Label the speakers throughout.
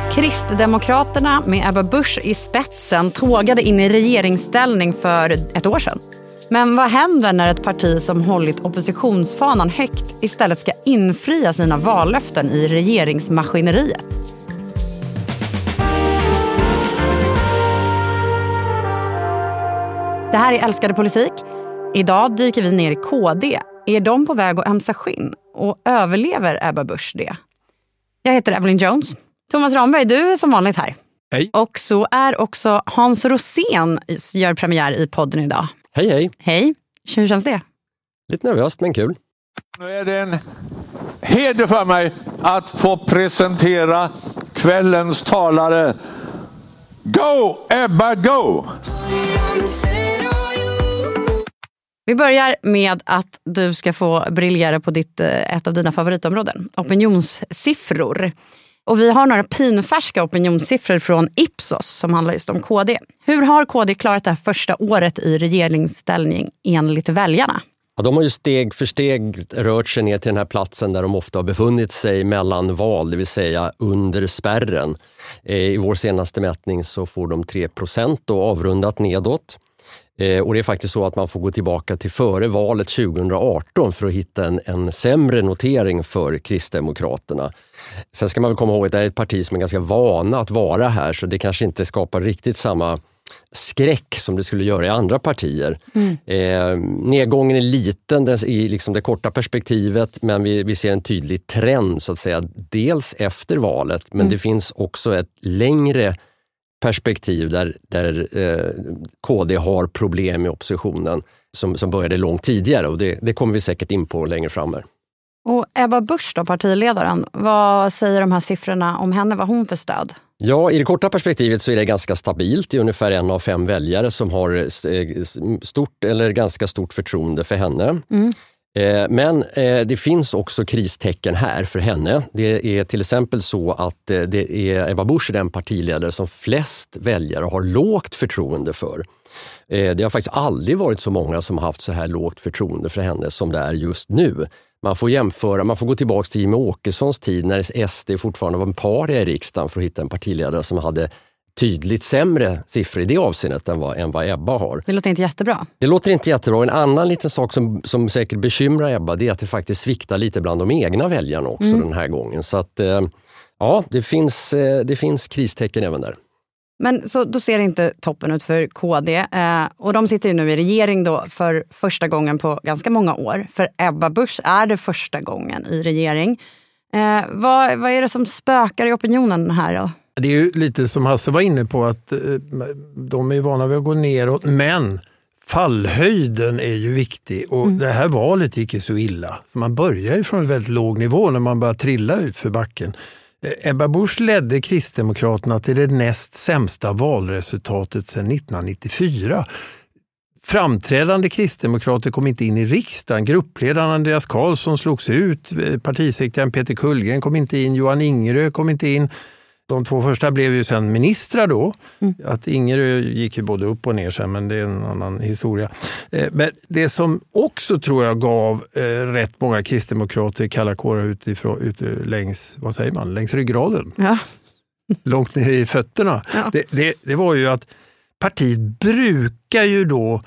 Speaker 1: Kristdemokraterna med Ebba Busch i spetsen tågade in i regeringsställning för ett år sedan. Men vad händer när ett parti som hållit oppositionsfanan högt istället ska infria sina vallöften i regeringsmaskineriet? Det här är Älskade politik. Idag dyker vi ner i KD. Är de på väg att ömsa skinn? Och överlever Ebba Busch det? Jag heter Evelyn Jones. Thomas Ramberg, du är som vanligt här.
Speaker 2: Hej.
Speaker 1: Och så är också Hans Rosén gör premiär i podden idag.
Speaker 2: Hej, hej.
Speaker 1: Hej. Hur känns det?
Speaker 2: Lite nervöst, men kul.
Speaker 3: Nu är det en heder för mig att få presentera kvällens talare. Go, Ebba, go!
Speaker 1: Vi börjar med att du ska få briljera på ett av dina favoritområden. Opinionssiffror. Och vi har några pinfärska opinionssiffror från Ipsos som handlar just om KD. Hur har KD klarat det här första året i regeringsställning enligt väljarna?
Speaker 2: Ja, de har ju steg för steg rört sig ner till den här platsen där de ofta har befunnit sig mellan val, det vill säga under spärren. I vår senaste mätning så får de 3% och avrundat nedåt. Och det är faktiskt så att man får gå tillbaka till före valet 2018 för att hitta en sämre notering för Kristdemokraterna. Sen ska man väl komma ihåg att det är ett parti som är ganska vana att vara här, så det kanske inte skapar riktigt samma skräck som det skulle göra i andra partier. Nedgången är liten i liksom det korta perspektivet, men vi ser en tydlig trend så att säga, dels efter valet, men det finns också ett längre perspektiv där KD har problem med oppositionen som började långt tidigare, och det kommer vi säkert in på längre fram här.
Speaker 1: Och Ebba Busch då, partiledaren, vad säger de här siffrorna om henne? Vad har hon för stöd?
Speaker 2: Ja, i det korta perspektivet så är det ganska stabilt. Det är ungefär 1 av 5 väljare som har stort eller ganska stort förtroende för henne. Men det finns också kristecken här för henne. Det är till exempel så att det är Ebba Busch, den partiledare som flest väljare har lågt förtroende för. Det har faktiskt aldrig varit så många som har haft så här lågt förtroende för henne som det är just nu. Man får jämföra, man får gå tillbaka till Jimmie Åkessons tid när SD fortfarande var en par i riksdagen för att hitta en partiledare som hade tydligt sämre siffror i det avseendet än vad Ebba har. Det låter inte jättebra. Det låter inte jättebra. En annan liten sak som säkert bekymrar Ebba, det är att det faktiskt sviktar lite bland de egna väljarna också den här gången. Så att ja, det finns kristecken även där. Men så då ser det inte toppen ut för KD. Och de sitter ju nu i regering då för första gången på ganska många år. För Ebba Busch är det första gången i regering. Vad är det som spökar i opinionen här då?
Speaker 4: Det är ju lite som Hasse var inne på, att de är vana vid att gå neråt, men fallhöjden är ju viktig, och det här valet gick ju så illa. Så man börjar ju från en väldigt låg nivå när man börjar trilla ut för backen. Ebba Busch ledde Kristdemokraterna till det näst sämsta valresultatet sedan 1994. Framträdande kristdemokrater kom inte in i riksdagen. Gruppledaren Andreas Karlsson slogs ut, partisekreteraren Peter Kullgren kom inte in, Johan Ingerö kom inte in. De 2 första blev ju sen ministrar då. Att Ingerö gick ju både upp och ner sen, men det är en annan historia. Men det som också tror jag gav rätt många kristdemokrater kalla kårar ut längs, vad säger man, längs ryggraden. Ja. Långt ner i fötterna. Ja. Det var ju att partiet brukar ju då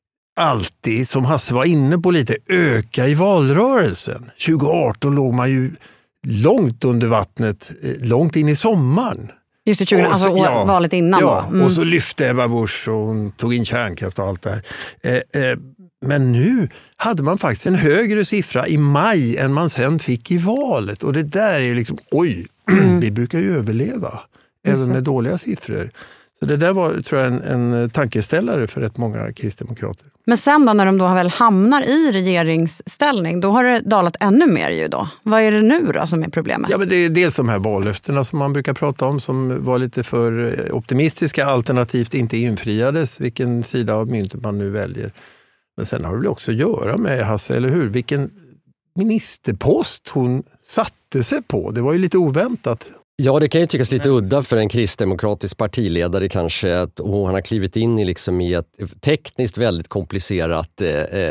Speaker 4: alltid, som Hasse var inne på lite, öka i valrörelsen. 2018 låg man ju långt under vattnet, långt in i sommaren.
Speaker 1: Just det, 20, så, alltså valet innan
Speaker 4: ja,
Speaker 1: då.
Speaker 4: Och så lyfte Ebba Busch och hon tog in kärnkraft och allt det här. Men nu hade man faktiskt en högre siffra i maj än man sen fick i valet. Och det där är ju liksom, vi brukar ju överleva. Även med dåliga siffror. Så det där var, tror jag, en tankeställare för rätt många kristdemokrater.
Speaker 1: Men sen då, när de då väl hamnar i regeringsställning, då har det dalat ännu mer ju då. Vad är det nu då som är problemet?
Speaker 4: Ja, men det är dels de här vallöftena som man brukar prata om, som var lite för optimistiska, alternativt inte infriades, vilken sida av myntet man nu väljer. Men sen har det väl också att göra med, Hasse, eller hur? Vilken ministerpost hon satte sig på. Det var ju lite oväntat.
Speaker 2: Ja, det kan ju tyckas lite udda för en kristdemokratisk partiledare kanske, att han har klivit in i ett tekniskt väldigt komplicerat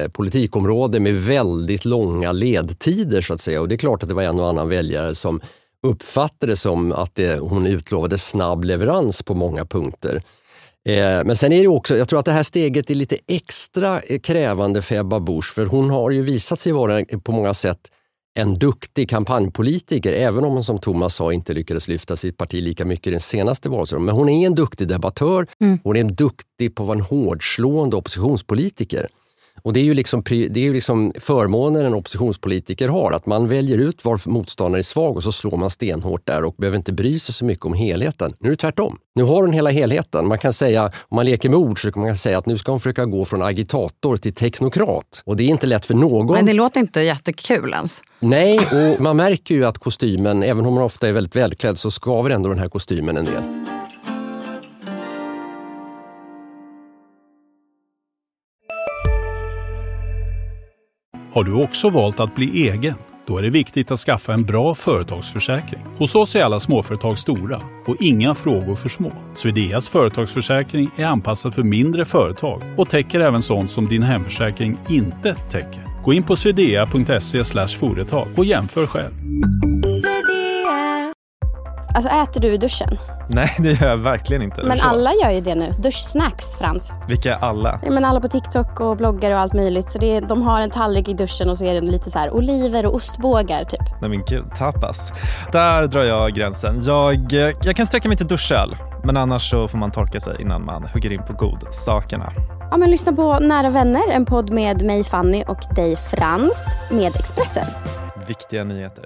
Speaker 2: politikområde med väldigt långa ledtider så att säga. Och det är klart att det var en och annan väljare som uppfattade det som att hon utlovade snabb leverans på många punkter. Men sen är det också, jag tror att det här steget är lite extra krävande för Ebba Busch, för hon har ju visat sig vara på många sätt en duktig kampanjpolitiker, även om hon som Thomas sa inte lyckades lyfta sitt parti lika mycket i den senaste valrörelsen. Men hon är en duktig debattör, hon är duktig på att vara en hårdslående oppositionspolitiker. Och det är ju liksom förmånen en oppositionspolitiker har, att man väljer ut var motståndare är svag och så slår man stenhårt där och behöver inte bry sig så mycket om helheten. Nu är det tvärtom. Nu har hon hela helheten. Man kan säga, om man leker med ord så kan man säga att nu ska hon försöka gå från agitator till teknokrat. Och det är inte lätt för någon.
Speaker 1: Men det låter inte jättekul ens.
Speaker 2: Nej, och man märker ju att kostymen, även om hon ofta är väldigt välklädd, så skaver ändå den här kostymen en del.
Speaker 5: Har du också valt att bli egen? Då är det viktigt att skaffa en bra företagsförsäkring. Hos oss är alla småföretag stora och inga frågor för små. Swedeas företagsförsäkring är anpassad för mindre företag och täcker även sånt som din hemförsäkring inte täcker. Gå in på swedea.se/företag och jämför själv.
Speaker 6: Alltså, äter du i duschen?
Speaker 7: Nej, det gör jag verkligen inte.
Speaker 6: Men alla gör ju det nu. Duschsnacks, Frans.
Speaker 7: Vilka är alla?
Speaker 6: Ja, men alla på TikTok och bloggar och allt möjligt. Så de har en tallrik i duschen och så är det lite så här oliver och ostbågar typ.
Speaker 7: Nej men gud, tapas. Där drar jag gränsen. Jag kan sträcka mig till duschöl. Men annars så får man torka sig innan man hugger in på godsakerna.
Speaker 6: Ja, men lyssna på Nära vänner, en podd med mig Fanny och dig Frans med Expressen.
Speaker 7: Viktiga nyheter.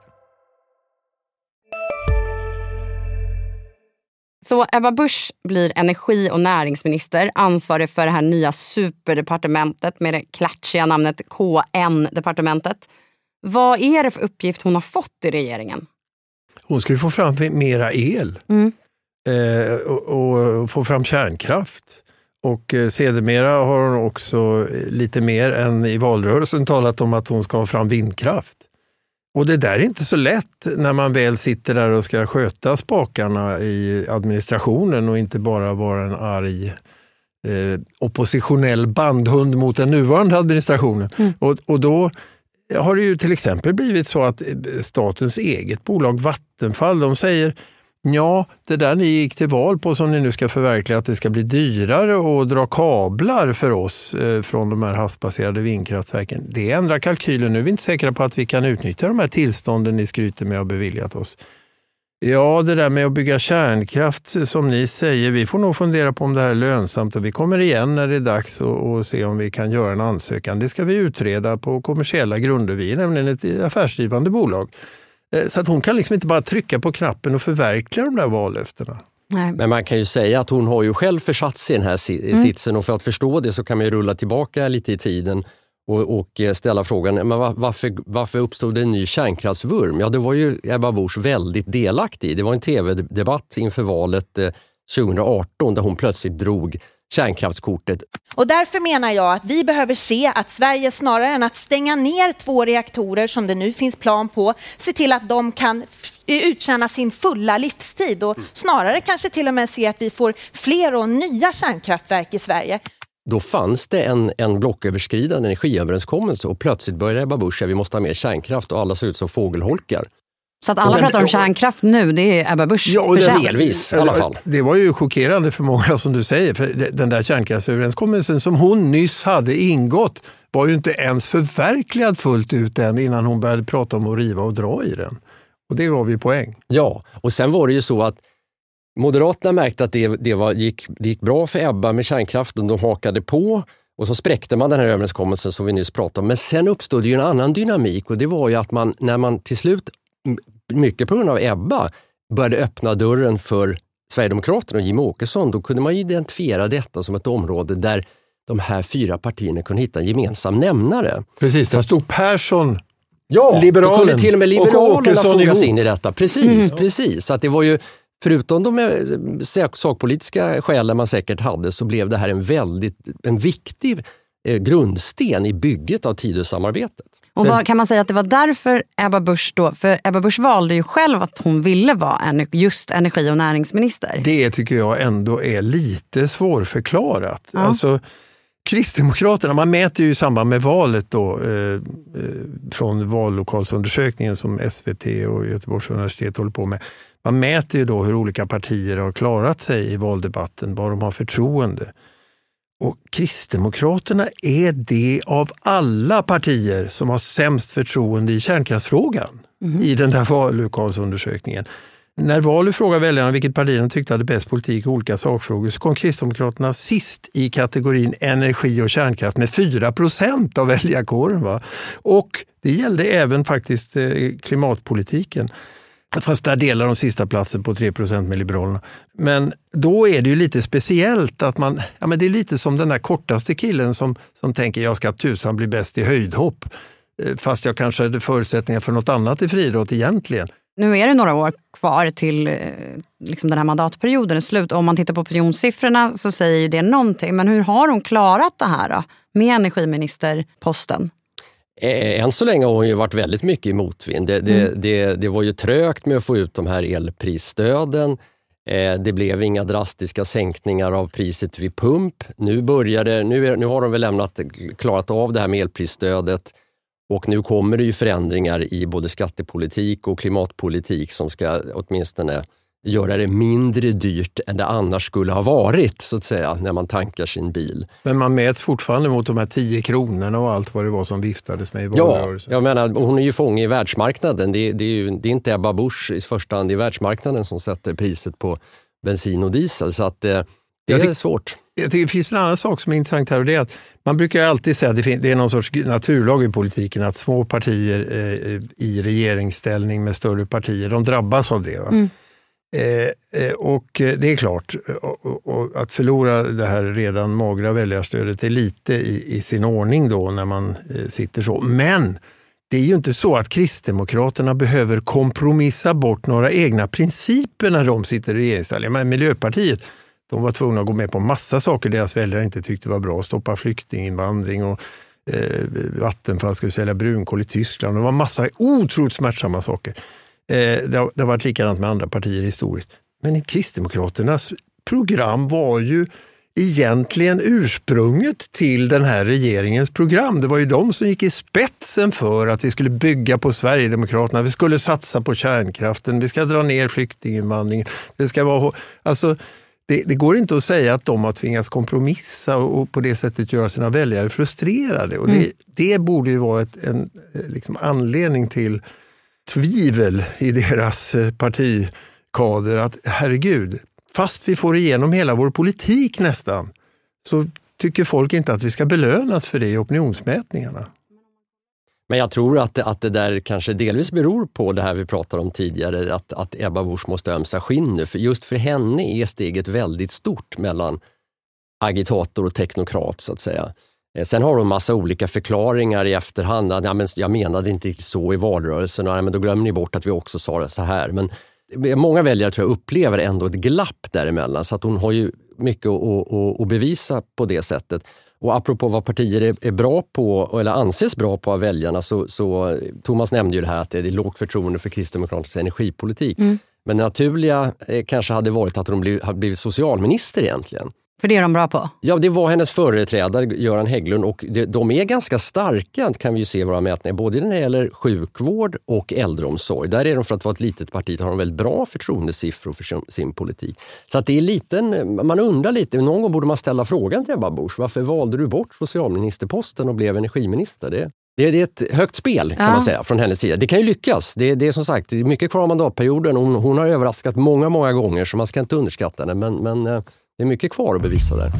Speaker 1: Så Ebba Busch blir energi- och näringsminister, ansvarig för det här nya superdepartementet med det klatschiga namnet KN-departementet. Vad är det för uppgift hon har fått i regeringen?
Speaker 4: Hon ska ju få fram mera el och få fram kärnkraft. Och sedermera har hon också lite mer än i valrörelsen talat om att hon ska ha fram vindkraft. Och det där är inte så lätt när man väl sitter där och ska sköta spakarna i administrationen och inte bara vara en arg oppositionell bandhund mot den nuvarande administrationen. Och då har det ju till exempel blivit så att statens eget bolag Vattenfall, de säger ja, det där ni gick till val på som ni nu ska förverkliga, att det ska bli dyrare att dra kablar för oss från de här havsbaserade vindkraftverken. Det ändrar kalkylen. Nu är vi inte säkra på att vi kan utnyttja de här tillstånden ni skryter med och beviljat oss. Ja, det där med att bygga kärnkraft som ni säger, vi får nog fundera på om det här är lönsamt och vi kommer igen när det är dags och se om vi kan göra en ansökan. Det ska vi utreda på kommersiella grunder. Vi är nämligen ett affärsdrivande bolag. Så att hon kan liksom inte bara trycka på knappen och förverkliga de där vallöftena.
Speaker 1: Nej.
Speaker 2: Men man kan ju säga att hon har ju själv försatt sig i den här sitsen, och för att förstå det så kan man ju rulla tillbaka lite i tiden och ställa frågan, men varför uppstod det en ny kärnkraftsvurm? Ja, det var ju Ebba Busch väldigt delaktig i. Det var en tv-debatt inför valet 2018 där hon plötsligt drog kärnkraftskortet.
Speaker 8: Och därför menar jag att vi behöver se att Sverige snarare än att stänga ner 2 reaktorer som det nu finns plan på, se till att de kan uttjäna sin fulla livstid och snarare kanske till och med se att vi får fler och nya kärnkraftverk i Sverige.
Speaker 2: Då fanns det en blocköverskridande energiöverenskommelse och plötsligt började Ebba Busch säga vi måste ha mer kärnkraft och alla såg ut som fågelholkar.
Speaker 1: Så att alla pratar om kärnkraft nu, det är Ebba Busch
Speaker 2: delvis i alla fall.
Speaker 4: Det var ju chockerande för många som du säger, för den där kärnkraftsöverenskommelsen som hon nyss hade ingått var ju inte ens förverkligad fullt ut än innan hon började prata om att riva och dra i den. Och det var vi poäng.
Speaker 2: Ja, och sen var det ju så att Moderaterna märkte att det gick bra för Ebba med kärnkraften, de hakade på och så spräckte man den här överenskommelsen som vi nyss pratade om. Men sen uppstod det ju en annan dynamik och det var ju att när man till slut, mycket på grund av Ebba, började öppna dörren för Sverigedemokraterna och Jimmie Åkesson, då kunde man identifiera detta som ett område där de här 4 partierna kunde hitta en gemensam nämnare.
Speaker 4: Precis, där stod Persson,
Speaker 2: Liberalen, då kunde till och med Liberalerna fogas in i detta. Precis. Så att det var ju, förutom de sakpolitiska skälen man säkert hade, så blev det här en viktig grundsten i bygget av Tidösamarbetet.
Speaker 1: Och kan man säga att det var därför Ebba Busch då, för Ebba Busch valde ju själv att hon ville vara just energi- och näringsminister.
Speaker 4: Det tycker jag ändå är lite svårförklarat.
Speaker 1: Ja.
Speaker 4: Alltså, Kristdemokraterna, man mäter ju i samband med valet då, från vallokalsundersökningen som SVT och Göteborgs universitet håller på med. Man mäter ju då hur olika partier har klarat sig i valdebatten, vad de har förtroende. Och Kristdemokraterna är det av alla partier som har sämst förtroende i kärnkraftsfrågan i den där vallokalsundersökningen. När Valu frågade väljarna vilket parti de tyckte hade bäst politik i olika sakfrågor så kom Kristdemokraterna sist i kategorin energi och kärnkraft med 4% av väljarkåren. Va? Och det gällde även faktiskt klimatpolitiken. Fast där delar de sista platsen på 3% med Liberalerna. Men då är det ju lite speciellt att men det är lite som den där kortaste killen som tänker jag ska tusan bli bäst i höjdhopp. Fast jag kanske hade förutsättningar för något annat i friidrott egentligen.
Speaker 1: Nu är det några år kvar till liksom den här mandatperioden är slut. Om man tittar på opinionssiffrorna så säger ju det någonting. Men hur har hon klarat det här då, med energiministerposten?
Speaker 2: Än så länge har hon ju varit väldigt mycket i motvind. Det var ju trögt med att få ut de här elprisstöden. Det blev inga drastiska sänkningar av priset vid pump. Nu har de väl klarat av det här med elprisstödet. Och nu kommer det ju förändringar i både skattepolitik och klimatpolitik som ska åtminstone göra det mindre dyrt än det annars skulle ha varit, så att säga, när man tankar sin bil.
Speaker 4: Men man mäts fortfarande mot de här 10 kronorna och allt vad det var som viftades med i valrörelsen.
Speaker 2: Ja, jag menar, hon är ju fånge i världsmarknaden. Det är inte Ebba Busch i första hand i världsmarknaden som sätter priset på bensin och diesel, så att det är svårt.
Speaker 4: Jag tycker det finns en annan sak som är intressant här och det är att man brukar alltid säga att det är någon sorts naturlag i politiken att små partier i regeringsställning med större partier, de drabbas av det. Va? Och det är klart, och att förlora det här redan magra väljarstödet är lite i sin ordning då när man sitter så. Men det är ju inte så att Kristdemokraterna behöver kompromissa bort några egna principer när de sitter i regeringsställning. Men Miljöpartiet, de var tvungna att gå med på massa saker deras väljare inte tyckte var bra. Stoppa flyktinginvandring och Vattenfall skulle sälja brunkol i Tyskland. Det var massa otroligt smärtsamma saker. Det har varit likadant med andra partier historiskt. Men Kristdemokraternas program var ju egentligen ursprunget till den här regeringens program. Det var ju de som gick i spetsen för att vi skulle bygga på Sverigedemokraterna. Vi skulle satsa på kärnkraften. Vi ska dra ner flyktinginvandringen. Det ska vara... Alltså, det går inte att säga att de har tvingats kompromissa och på det sättet göra sina väljare frustrerade. Och det borde ju vara en liksom anledning till tvivel i deras partikader att herregud, fast vi får igenom hela vår politik nästan så tycker folk inte att vi ska belönas för det i opinionsmätningarna.
Speaker 2: Men jag tror att det där kanske delvis beror på det här vi pratade om tidigare, att Ebba Busch måste ömsa skinn nu. För just för henne är steget väldigt stort mellan agitator och teknokrat, så att säga. Sen har de massa olika förklaringar i efterhand. Att, men jag menade inte riktigt så i valrörelsen. Men då glömmer ni bort att vi också sa det så här. Men många väljare tror jag upplever ändå ett glapp däremellan. Så att hon har ju mycket att bevisa på det sättet. Och apropå vad partier är bra på, eller anses bra på av väljarna, så Thomas nämnde ju det här att det är lågt förtroende för kristdemokratisk energipolitik. Men det naturliga kanske hade varit att de hade blivit socialminister egentligen.
Speaker 1: För det är de bra på?
Speaker 2: Ja, det var hennes företrädare Göran Hägglund och de är ganska starka, kan vi ju se i våra mätningar, både när det gäller sjukvård och äldreomsorg. Där är de, för att vara ett litet parti, har de väldigt bra förtroendesiffror för sin politik. Så att det är liten, man undrar lite, någon gång borde man ställa frågan till Ebba Busch, varför valde du bort socialministerposten och blev energiminister? Det är ett högt spel kan man säga från hennes sida. Det kan ju lyckas. Det är som sagt, det är mycket kvar av mandatperioden. Hon har överraskat många gånger så man ska inte underskatta det, men det är mycket kvar att bevisa där.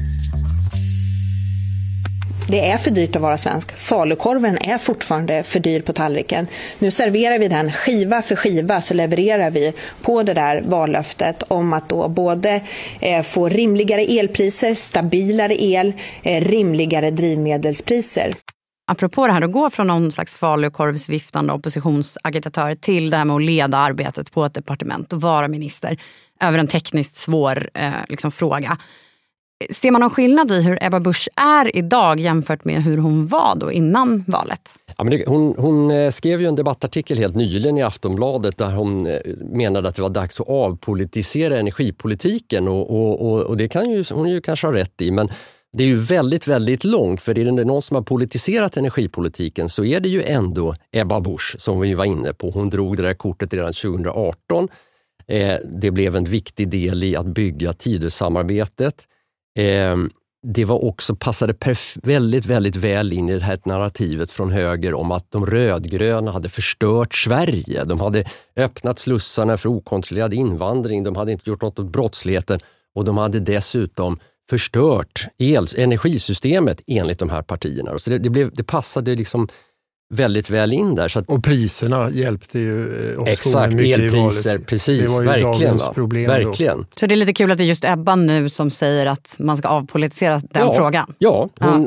Speaker 9: Det är för dyrt att vara svensk. Falukorven är fortfarande för dyr på tallriken. Nu serverar vi den skiva för skiva, så levererar vi på det där vallöftet om att då både få rimligare elpriser, stabilare el, rimligare drivmedelspriser.
Speaker 1: Apropå det här att gå från någon slags falukorvsviftande oppositionsagitatör till det här med att leda arbetet på ett departement och vara minister över en tekniskt svår fråga. Ser man någon skillnad i hur Ebba Busch är idag jämfört med hur hon var då innan valet?
Speaker 2: Ja, men hon skrev ju en debattartikel helt nyligen i Aftonbladet där hon menade att det var dags att avpolitisera energipolitiken och det kan ju hon ju kanske ha rätt i, men Det är ju väldigt, väldigt långt, för är det någon som har politiserat energipolitiken så är det ju ändå Ebba Busch som vi var inne på. Hon drog det där kortet redan 2018. Det blev en viktig del i att bygga Tidösamarbetet. Det var också, passade väldigt, väldigt väl in i det här narrativet från höger om att de rödgröna hade förstört Sverige. De hade öppnat slussarna för okontrollerad invandring. De hade inte gjort något åt brottsligheten och de hade dessutom förstört energisystemet enligt de här partierna. Så det passade liksom väldigt väl in där. Så att,
Speaker 4: och priserna hjälpte ju
Speaker 2: exakt,
Speaker 4: mycket
Speaker 2: elpriser, precis,
Speaker 4: det var ju
Speaker 2: verkligen.
Speaker 4: Problem
Speaker 2: verkligen.
Speaker 1: Så det är lite kul att det är just Ebba nu som säger att man ska avpolitisera den frågan.
Speaker 2: Ja,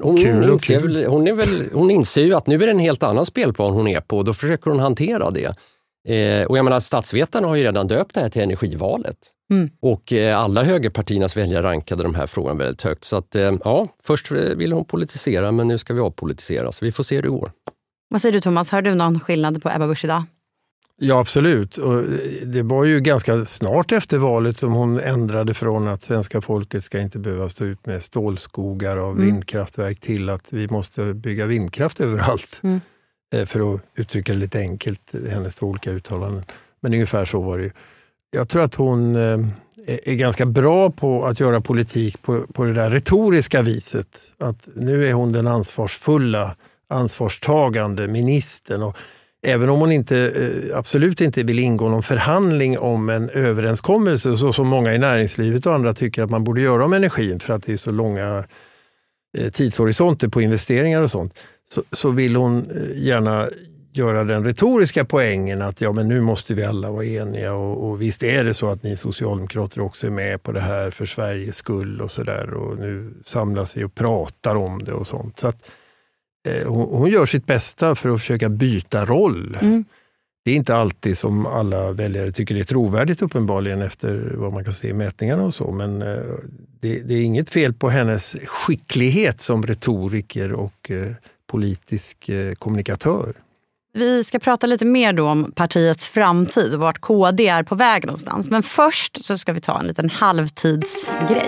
Speaker 2: hon inser ju att nu är det en helt annan spelplan hon är på och då försöker hon hantera det. Och jag menar, statsvetarna har ju redan döpt det här till energivalet. Och alla högerpartiernas väljare rankade de här frågorna väldigt högt. Så att först ville hon politisera, men nu ska vi avpolitisera. Så vi får se hur det går.
Speaker 1: Vad säger du, Thomas? Har du någon skillnad på Ebba Busch idag?
Speaker 4: Ja, absolut. Och det var ju ganska snart efter valet som hon ändrade från att svenska folket ska inte behöva stå ut med stålskogar av vindkraftverk till att vi måste bygga vindkraft överallt. För att uttrycka det lite enkelt, hennes två olika uttalanden. Men ungefär så var det ju. Jag tror att hon är ganska bra på att göra politik på det där retoriska viset. Att nu är hon den ansvarstagande ministern. Och även om hon absolut inte vill ingå någon förhandling om en överenskommelse, så som många i näringslivet och andra tycker att man borde göra om energin för att det är så långa tidshorisonter på investeringar och sånt, så vill hon gärna göra den retoriska poängen att men nu måste vi alla vara eniga och visst är det så att ni socialdemokrater också är med på det här för Sveriges skull och sådär, och nu samlas vi och pratar om det och sånt. Så att hon gör sitt bästa för att försöka byta roll. Det är inte alltid som alla väljare tycker det är trovärdigt uppenbarligen efter vad man kan se i mätningarna och så, men det är inget fel på hennes skicklighet som retoriker och politisk kommunikatör.
Speaker 1: Vi ska prata lite mer då om partiets framtid och vart KD är på väg någonstans. Men först så ska vi ta en liten halvtidsgrej.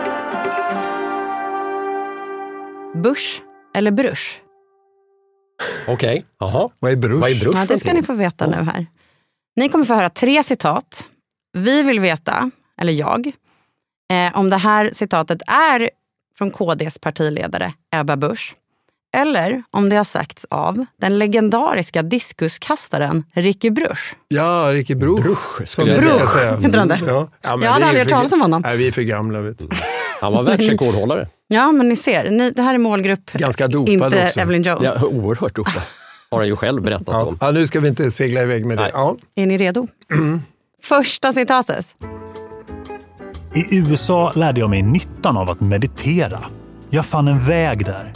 Speaker 1: Busch eller Brusch?
Speaker 2: Okej, jaha.
Speaker 4: Vad är Brusch?
Speaker 1: Ja, det ska ni få veta nu här. Ni kommer få höra 3 citat. Vi vill veta, eller jag, om det här citatet är från KDs partiledare Ebba Busch. Eller om det har sagts av den legendariska diskuskastaren Ricky Bruch.
Speaker 4: Ja, Ricky Bruch.
Speaker 1: Bruch, heter han det?
Speaker 4: Ja,
Speaker 1: jag hade aldrig hört talas om honom.
Speaker 4: Nej, vi är för gamla, vet du.
Speaker 2: Han var världsrekordhållare.
Speaker 1: Ja, men ni ser, det här är målgrupp.
Speaker 4: Ganska dopad
Speaker 1: inte
Speaker 4: också.
Speaker 1: Evelyn Jones.
Speaker 2: Ja, oerhört dopad. Har han ju själv berättat om.
Speaker 4: Ja, nu ska vi inte segla iväg med det. Ja.
Speaker 1: Är ni redo? Första citatet.
Speaker 5: I USA lärde jag mig nyttan av att meditera. Jag fann en väg där.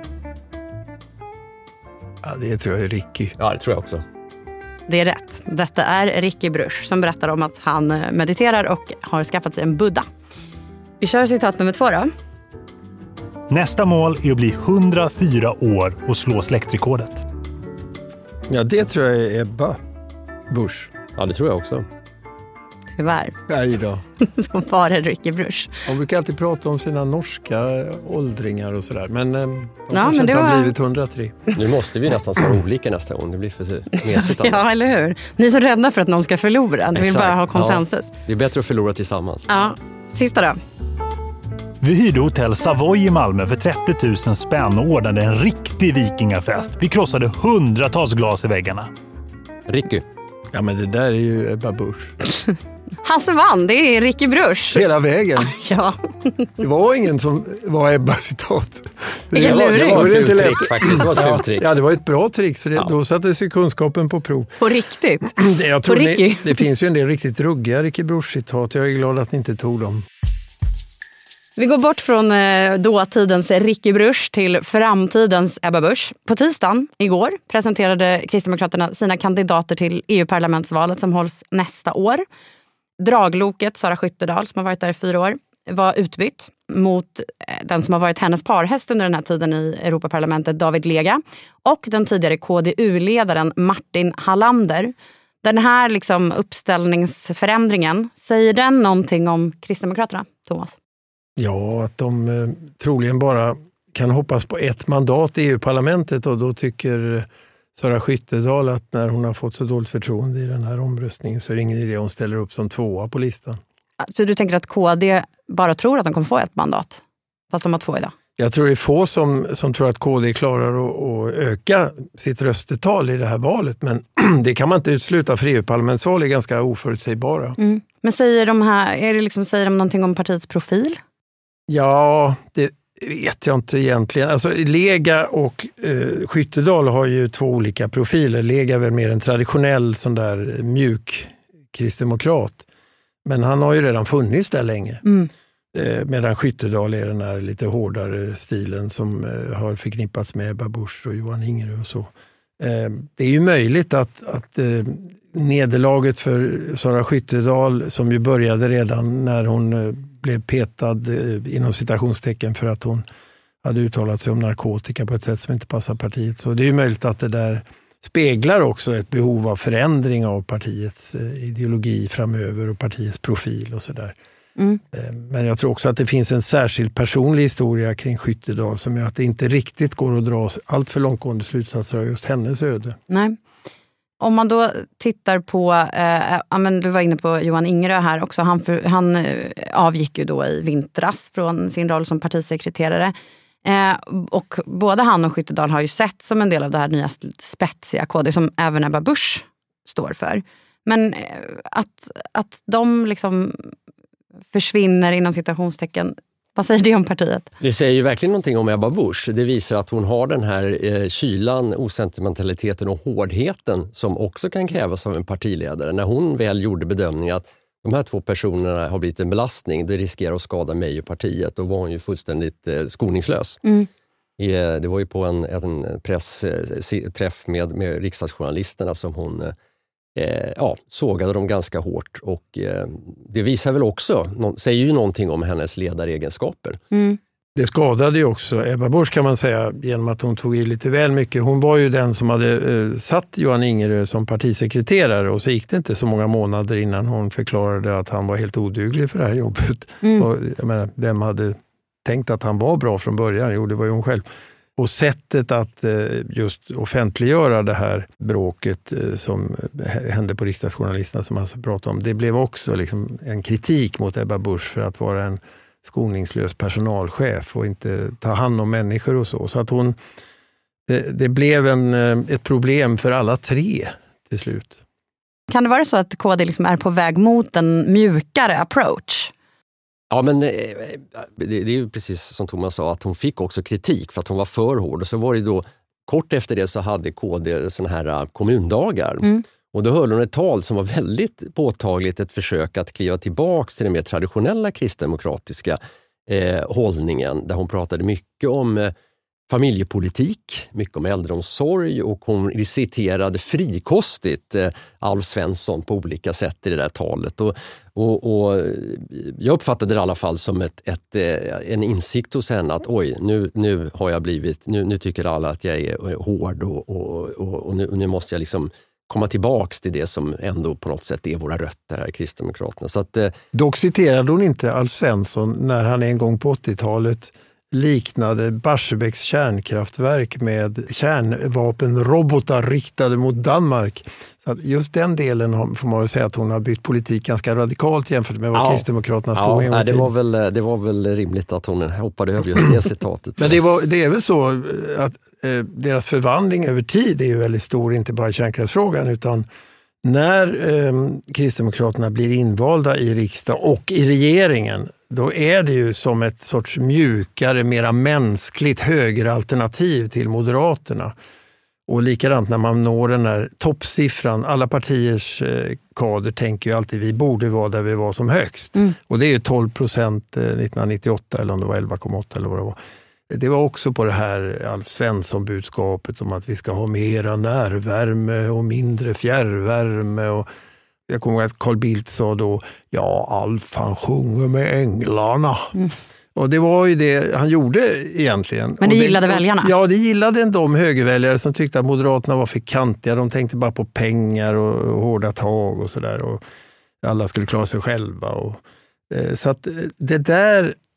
Speaker 4: Ja, det tror jag är Ricky.
Speaker 2: Ja, det tror jag också.
Speaker 1: Det är rätt. Detta är Ricky Bruch som berättar om att han mediterar och har skaffat sig en Buddha. Vi kör citat nummer 2 då.
Speaker 5: Nästa mål är att bli 104 år och slå släktrekordet.
Speaker 4: Ja, det tror jag är Ebba Busch.
Speaker 2: Ja, det tror jag också.
Speaker 1: Tyvärr.
Speaker 4: Nej då.
Speaker 1: Som var det Ricky Bruch.
Speaker 4: Man brukar alltid prata om sina norska åldringar och sådär. Men de
Speaker 1: men
Speaker 4: inte
Speaker 1: det
Speaker 4: har
Speaker 1: var...
Speaker 4: blivit 103.
Speaker 2: Nu måste vi nästan svara olika nästa gång. Det blir för mesigt.
Speaker 1: Ja, eller hur? Ni är så rädda för att någon ska förlora. Ni vill bara ha konsensus.
Speaker 2: Ja, det är bättre att förlora tillsammans.
Speaker 1: Ja, sista då.
Speaker 5: Vi hyrde hotell Savoy i Malmö för 30 000 spänn och ordnade en riktig vikingafest. Vi krossade 100-tals glas i väggarna.
Speaker 2: Ricky.
Speaker 4: Ja, men det där är ju Ebba Busch.
Speaker 1: Hasse vann, det är Ricky Bruch.
Speaker 4: Hela vägen.
Speaker 1: Ja.
Speaker 4: Det var ingen som var Ebbas citat.
Speaker 1: Det
Speaker 2: var ett fult trick faktiskt. Det var ett fult trick.
Speaker 4: Ja, det var ett bra trick för då sattes ju kunskapen på prov.
Speaker 1: På riktigt.
Speaker 4: Jag tror det finns ju en del riktigt ruggiga Ricky Bruch-citat. Jag är glad att ni inte tog dem.
Speaker 1: Vi går bort från dåtidens Ricky Bruch till framtidens Ebba Busch. På tisdagen igår presenterade Kristdemokraterna sina kandidater till EU-parlamentsvalet som hålls nästa år. Dragloket Sara Skyttedal, som har varit där i 4 år, var utbytt mot den som har varit hennes parhäst under den här tiden i Europaparlamentet, David Lega, och den tidigare KDU-ledaren Martin Hallander. Den här uppställningsförändringen, säger den någonting om Kristdemokraterna, Thomas?
Speaker 4: Ja, att de troligen bara kan hoppas på ett mandat i EU-parlamentet, och då tycker Sara Skyttedal att när hon har fått så dåligt förtroende i den här omröstningen så är det ingen idé hon ställer upp som 2 på listan.
Speaker 1: Så du tänker att KD bara tror att de kommer få ett mandat, fast de har 2 idag?
Speaker 4: Jag tror det är få som tror att KD klarar att öka sitt röstetal i det här valet, men det kan man inte utsluta, för EU-parlamentsval är ganska oförutsägbara.
Speaker 1: Mm. Men säger de någonting om partiets profil?
Speaker 4: Ja, det vet jag inte egentligen. Alltså Lega och Skyttedal har ju 2 olika profiler. Lega är väl mer en traditionell sån där mjuk kristdemokrat. Men han har ju redan funnits där länge. Mm. Medan Skyttedal är den här lite hårdare stilen som har förknippats med Ebba Busch och Johan Ingerö och så. Det är ju möjligt att nederlaget för Sara Skyttedal, som ju började redan när hon blev petad inom citationstecken för att hon hade uttalat sig om narkotika på ett sätt som inte passar partiet. Så det är ju möjligt att det där speglar också ett behov av förändring av partiets ideologi framöver och partiets profil och sådär. Mm. Men jag tror också att det finns en särskild personlig historia kring Skyttedal som gör att det inte riktigt går att dra allt för långtgående slutsatser av just hennes öde.
Speaker 1: Nej. Om man då tittar på, du var inne på Johan Ingerö här också, han avgick ju då i vintras från sin roll som partisekreterare. Och både han och Skyttedal har ju sett som en del av det här nya spetsiga KD som även Ebba Busch står för. Men att de liksom försvinner inom citationstecken, vad säger det om partiet?
Speaker 2: Det säger ju verkligen någonting om Ebba Busch. Det visar att hon har den här kylan, osentimentaliteten och hårdheten som också kan krävas av en partiledare. När hon väl gjorde bedömningen att de här 2 personerna har blivit en belastning, det riskerar att skada mig och partiet, då var hon ju fullständigt skoningslös. Mm. Det var ju på en pressträff med riksdagsjournalisterna som hon sågade dem ganska hårt, och det visar väl också, säger ju någonting om hennes ledaregenskaper. Mm.
Speaker 4: Det skadade ju också Ebba Busch, kan man säga, genom att hon tog i lite väl mycket. Hon var ju den som hade satt Johan Ingerö som partisekreterare, och så gick det inte så många månader innan hon förklarade att han var helt oduglig för det här jobbet. Mm. Och, jag menar, vem hade tänkt att han var bra från början? Jo, det var ju hon själv. Och sättet att just offentliggöra det här bråket som hände på riksdagsjournalisterna som alltså pratade om, det blev också liksom en kritik mot Ebba Busch för att vara en skoningslös personalchef och inte ta hand om människor och så. Så att det blev ett problem för alla 3 till slut.
Speaker 1: Kan det vara så att KD liksom är på väg mot en mjukare approach?
Speaker 2: Ja, men det är ju precis som Thomas sa, att hon fick också kritik för att hon var för hård. Och så var det då, kort efter det så hade KD såna här kommundagar. Mm. Och då hörde hon ett tal som var väldigt påtagligt ett försök att kliva tillbaka till den mer traditionella kristdemokratiska hållningen. Där hon pratade mycket om familjepolitik, mycket om äldreomsorg, och hon citerade frikostigt Alf Svensson på olika sätt i det där talet. Och jag uppfattade det i alla fall som en insikt hos henne att oj, nu har jag blivit, nu tycker alla att jag är hård och nu måste jag liksom komma tillbaks till det som ändå på något sätt är våra rötter här i Kristdemokraterna. Så att,
Speaker 4: dock citerade hon inte Alf Svensson när han en gång på 80-talet liknade Barsebäcks kärnkraftverk med kärnvapenrobotar riktade mot Danmark. Så att just den delen får man väl säga att hon har bytt politik ganska radikalt jämfört med vad Kristdemokraterna stod en gång till.
Speaker 2: Det var väl rimligt att hon hoppade över just det citatet.
Speaker 4: Men det är väl så att deras förvandling över tid är ju väldigt stor, inte bara i kärnkraftsfrågan, utan när Kristdemokraterna blir invalda i riksdag och i regeringen, då är det ju som ett sorts mjukare, mera mänskligt högeralternativ till Moderaterna. Och likadant när man når den här toppsiffran, alla partiers kader tänker ju alltid vi borde vara där vi var som högst. Mm. Och det är ju 12% 1998 eller om det var 11,8 eller vad det var. Det var också på det här Alf Svensson-budskapet om att vi ska ha mera närvärme och mindre fjärrvärme. Och jag kommer ihåg att Carl Bildt sa då, ja, Alf han sjunger med änglarna. Mm. Och det var ju det han gjorde egentligen.
Speaker 1: Men det gillade väljarna?
Speaker 4: Ja, det gillade de högerväljare som tyckte att Moderaterna var för kantiga. De tänkte bara på pengar och hårda tag och sådär. Och alla skulle klara sig själva. Så att det där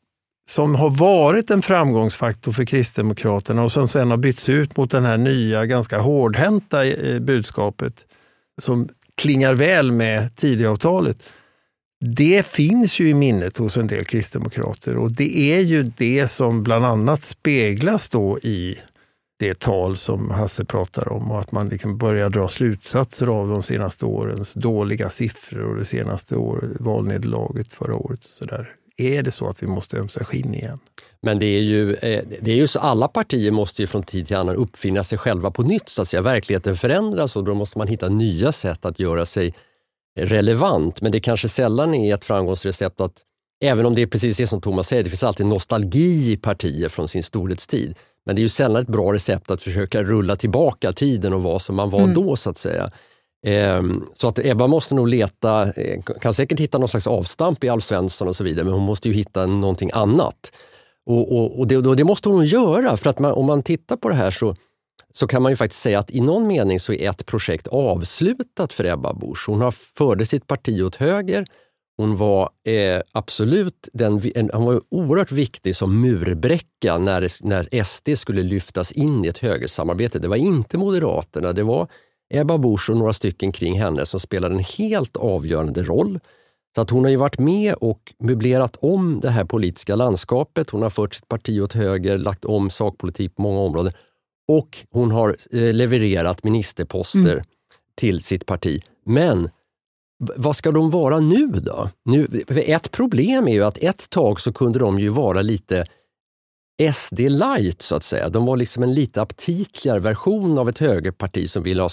Speaker 4: som har varit en framgångsfaktor för Kristdemokraterna och som sen har bytts ut mot den här nya ganska hårdhänta budskapet som klingar väl med Tidöavtalet. Det finns ju i minnet hos en del kristdemokrater och det är ju det som bland annat speglas då i det tal som Hasse pratar om och att man liksom börjar dra slutsatser av de senaste årens dåliga siffror och det senaste valnederlaget förra året. Och så där. Är det så att vi måste ömsa skinn igen?
Speaker 2: Men det är ju så alla partier måste ju från tid till annan uppfinna sig själva på nytt så att säga. Verkligheten förändras och då måste man hitta nya sätt att göra sig relevant. Men det kanske sällan är ett framgångsrecept att, även om det är precis det som Thomas säger, det finns alltid nostalgi i partier från sin storhetstid. Men det är ju sällan ett bra recept att försöka rulla tillbaka tiden och vad som man var då så att säga. Så att Ebba måste nog leta, kan säkert hitta någon slags avstamp i Alf Svensson och så vidare, men hon måste ju hitta någonting annat. Och det måste hon göra, för att om man tittar på det här så kan man ju faktiskt säga att i någon mening så är ett projekt avslutat för Ebba Busch. Hon har förde sitt parti åt höger. Hon var absolut hon var oerhört viktig som murbräcka när SD skulle lyftas in i ett högersamarbete. Det var inte Moderaterna, det var Ebba Busch och några stycken kring henne som spelade en helt avgörande roll. Så att hon har ju varit med och möblerat om det här politiska landskapet. Hon har fört sitt parti åt höger, lagt om sakpolitik på många områden. Och hon har levererat ministerposter till sitt parti. Men vad ska de vara nu då? Ett problem är ju att ett tag så kunde de ju vara lite SD light så att säga. De var liksom en lite aptitligare version av ett högerparti som ville ha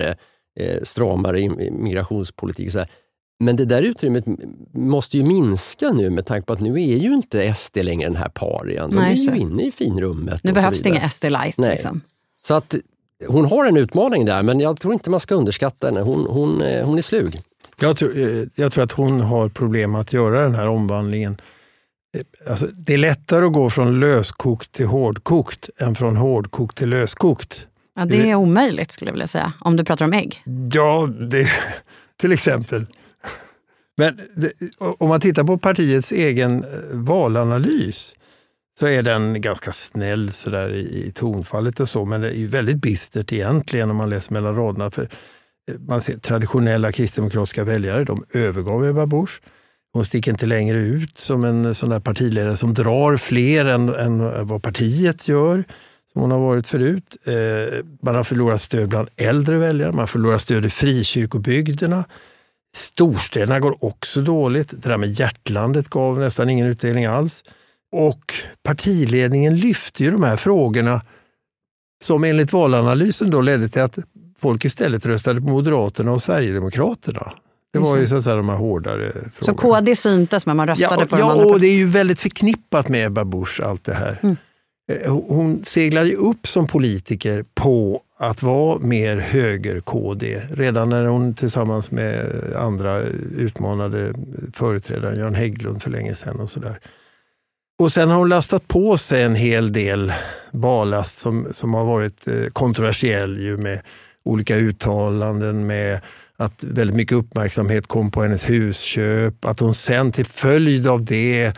Speaker 2: stramare migrationspolitik. Så här. Men det där utrymmet måste ju minska nu med tanke på att nu är ju inte SD längre den här parian. De är ju inne i finrummet.
Speaker 1: Nu behövs det inga SD light. Liksom.
Speaker 2: Så att hon har en utmaning där, men jag tror inte man ska underskatta henne. Hon är slug.
Speaker 4: Jag tror att hon har problem att göra den här omvandlingen. Alltså, det är lättare att gå från löskokt till hårdkokt än från hårdkokt till löskokt.
Speaker 1: Ja, det är omöjligt skulle jag vilja säga, om du pratar om ägg.
Speaker 4: Ja, till exempel. Men om man tittar på partiets egen valanalys så är den ganska snäll så där i tonfallet och så, men det är ju väldigt bistert egentligen om man läser mellan raderna. För man ser traditionella kristdemokratiska väljare, de övergav Ebba Busch. Hon sticker inte längre ut som en sån där partiledare som drar fler än vad partiet gör, som hon har varit förut. Man har förlorat stöd bland äldre väljare, man har förlorat stöd i frikyrkobygderna. Storstäderna går också dåligt. Det där med hjärtlandet gav nästan ingen utdelning alls. Och partiledningen lyfte ju de här frågorna som enligt valanalysen då ledde till att folk istället röstade på Moderaterna och Sverigedemokraterna. Det var ju så att säga de här hårdare frågorna.
Speaker 1: Så KD syntes men man röstade på de andra.
Speaker 4: Ja, och det är ju väldigt förknippat med Ebba Busch allt det här. Hon seglade ju upp som politiker på att vara mer höger-KD redan när hon tillsammans med andra utmanade företrädare, Jan Hägglund för länge sedan och sådär. Och sen har hon lastat på sig en hel del ballast som har varit kontroversiell ju med olika uttalanden, med att väldigt mycket uppmärksamhet kom på hennes husköp, att hon sen till följd av det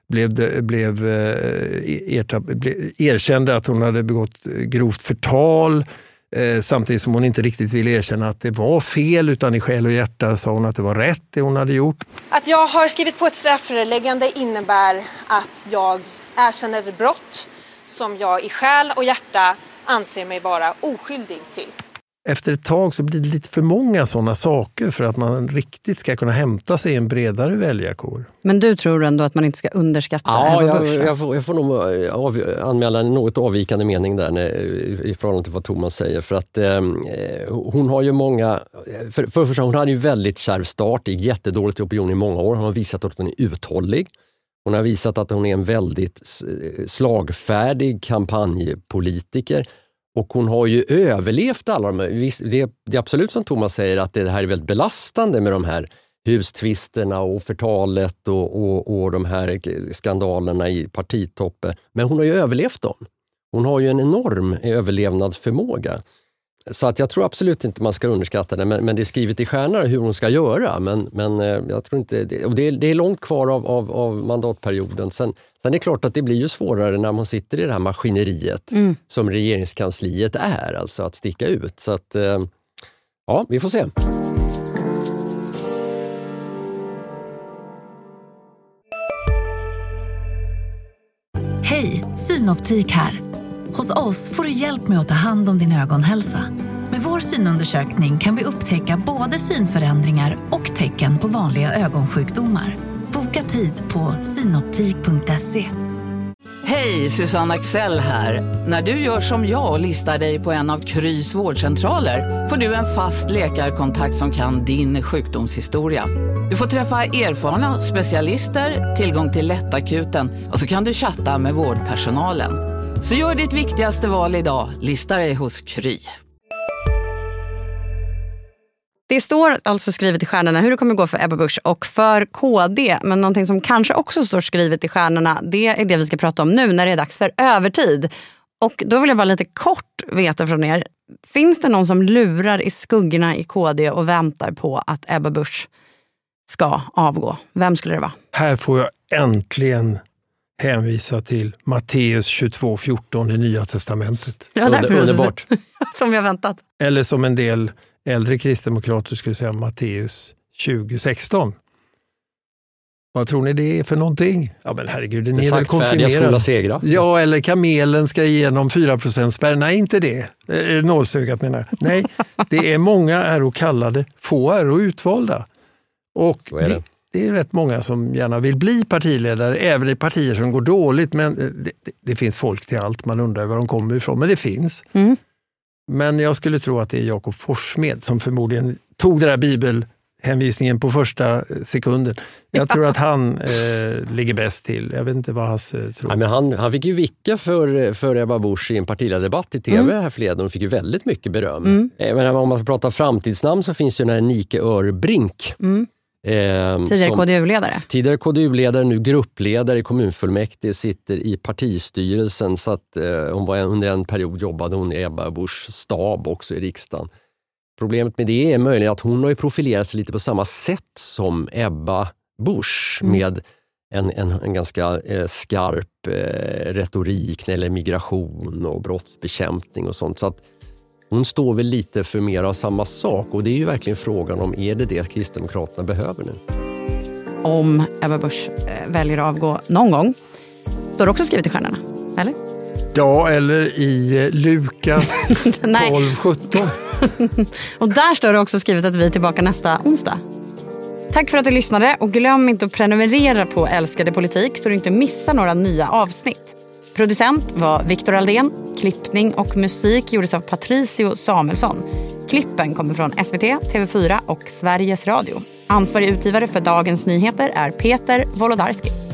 Speaker 4: erkände att hon hade begått grovt förtal, samtidigt som hon inte riktigt ville erkänna att det var fel, utan i själ och hjärta sa hon att det var rätt det hon hade gjort.
Speaker 8: Att jag har skrivit på ett strafföreläggande innebär att jag erkänner ett brott som jag i själ och hjärta anser mig vara oskyldig till.
Speaker 4: Efter ett tag så blir det lite för många sådana saker för att man riktigt ska kunna hämta sig en bredare väljarkår.
Speaker 1: Men du tror ändå att man inte ska underskatta Ebba Busch?
Speaker 2: Jag får nog anmäla en något avvikande mening där i förhållande till vad Thomas säger. För att hon har ju många... För hon hade ju väldigt kärv start, gick jättedåligt i opinion i många år. Hon har visat att hon är uthållig. Hon har visat att hon är en väldigt slagfärdig kampanjpolitiker. Och hon har ju överlevt alla de här. Det är absolut som Thomas säger att det här är väldigt belastande med de här hustvisterna och förtalet och de här skandalerna i partitoppen. Men hon har ju överlevt dem. Hon har ju en enorm överlevnadsförmåga. Så att jag tror absolut inte man ska underskatta det, men det är skrivet i stjärnorna hur hon ska göra. Men jag tror inte, och det är långt kvar av mandatperioden. Sen är det klart att det blir ju svårare när man sitter i det här maskineriet som regeringskansliet är, alltså att sticka ut. Så att, ja, vi får se.
Speaker 10: Hej, Synoptik här. Hos oss får du hjälp med att ta hand om din ögonhälsa. Med vår synundersökning kan vi upptäcka både synförändringar och tecken på vanliga ögonsjukdomar. Boka tid på synoptik.se.
Speaker 11: Hej, Susanne Axel här. När du gör som jag och listar dig på en av Krys vårdcentraler får du en fast läkarkontakt som kan din sjukdomshistoria. Du får träffa erfarna specialister, tillgång till lättakuten och så kan du chatta med vårdpersonalen. Så gör ditt viktigaste val idag, lista dig hos Kry.
Speaker 1: Det står alltså skrivet i stjärnorna hur det kommer gå för Ebba Busch och för KD. Men någonting som kanske också står skrivet i stjärnorna, det är det vi ska prata om nu när det är dags för övertid. Och då vill jag bara lite kort veta från er. Finns det någon som lurar i skuggorna i KD och väntar på att Ebba Busch ska avgå? Vem skulle det vara?
Speaker 4: Här får jag äntligen hänvisa till Matteus 22:14 i Nya testamentet.
Speaker 1: Ja, därför underbart. Som jag väntat.
Speaker 4: Eller som en del äldre kristdemokrater skulle säga Matteus 20:16. Vad tror ni det är för någonting? Ja men herregud, ni är väl konfirmerade. Ja, eller kamelen ska igenom 4%-spärr. Nej, inte det. Nålsögat menar jag. Nej, det är många är kallade, få är utvalda. Och det är rätt många som gärna vill bli partiledare, även i partier som går dåligt. Men det finns folk till allt, man undrar var de kommer ifrån. Men det finns. Men jag skulle tro att det är Jakob Forssmed som förmodligen tog den där bibelhänvisningen på första sekunden. Jag tror att han ligger bäst till. Jag vet inte vad Hasse tror.
Speaker 2: Ja, men han fick ju vicka för Ebba Busch i en partiledardebatt i tv här förleden. De fick ju väldigt mycket beröm. Men om man pratar framtidsnamn så finns ju den här Nike Örbrink.
Speaker 1: Tidigare KDU-ledare.
Speaker 2: Tidigare KDU-ledare, nu gruppledare i kommunfullmäktige, sitter i partistyrelsen, så att hon var under en period jobbade hon i Ebba Buschs stab också i riksdagen. Problemet med det är möjligen att hon har ju profilerat sig lite på samma sätt som Ebba Busch med en ganska skarp retorik när det gäller migration och brottsbekämpning och sånt, så att hon står väl lite för mer av samma sak, och det är ju verkligen frågan om är det Kristdemokraterna behöver nu.
Speaker 1: Om Ebba Busch väljer att avgå någon gång, då är det också skrivet i stjärnorna, eller?
Speaker 4: Ja, eller i Lukas 12:17.
Speaker 1: Och där står det också skrivet att vi är tillbaka nästa onsdag. Tack för att du lyssnade, och glöm inte att prenumerera på Älskade politik så du inte missar några nya avsnitt. Producent var Viktor Aldén. Klippning och musik gjordes av Patricio Samuelsson. Klippen kommer från SVT, TV4 och Sveriges Radio. Ansvarig utgivare för Dagens Nyheter är Peter Wolodarski.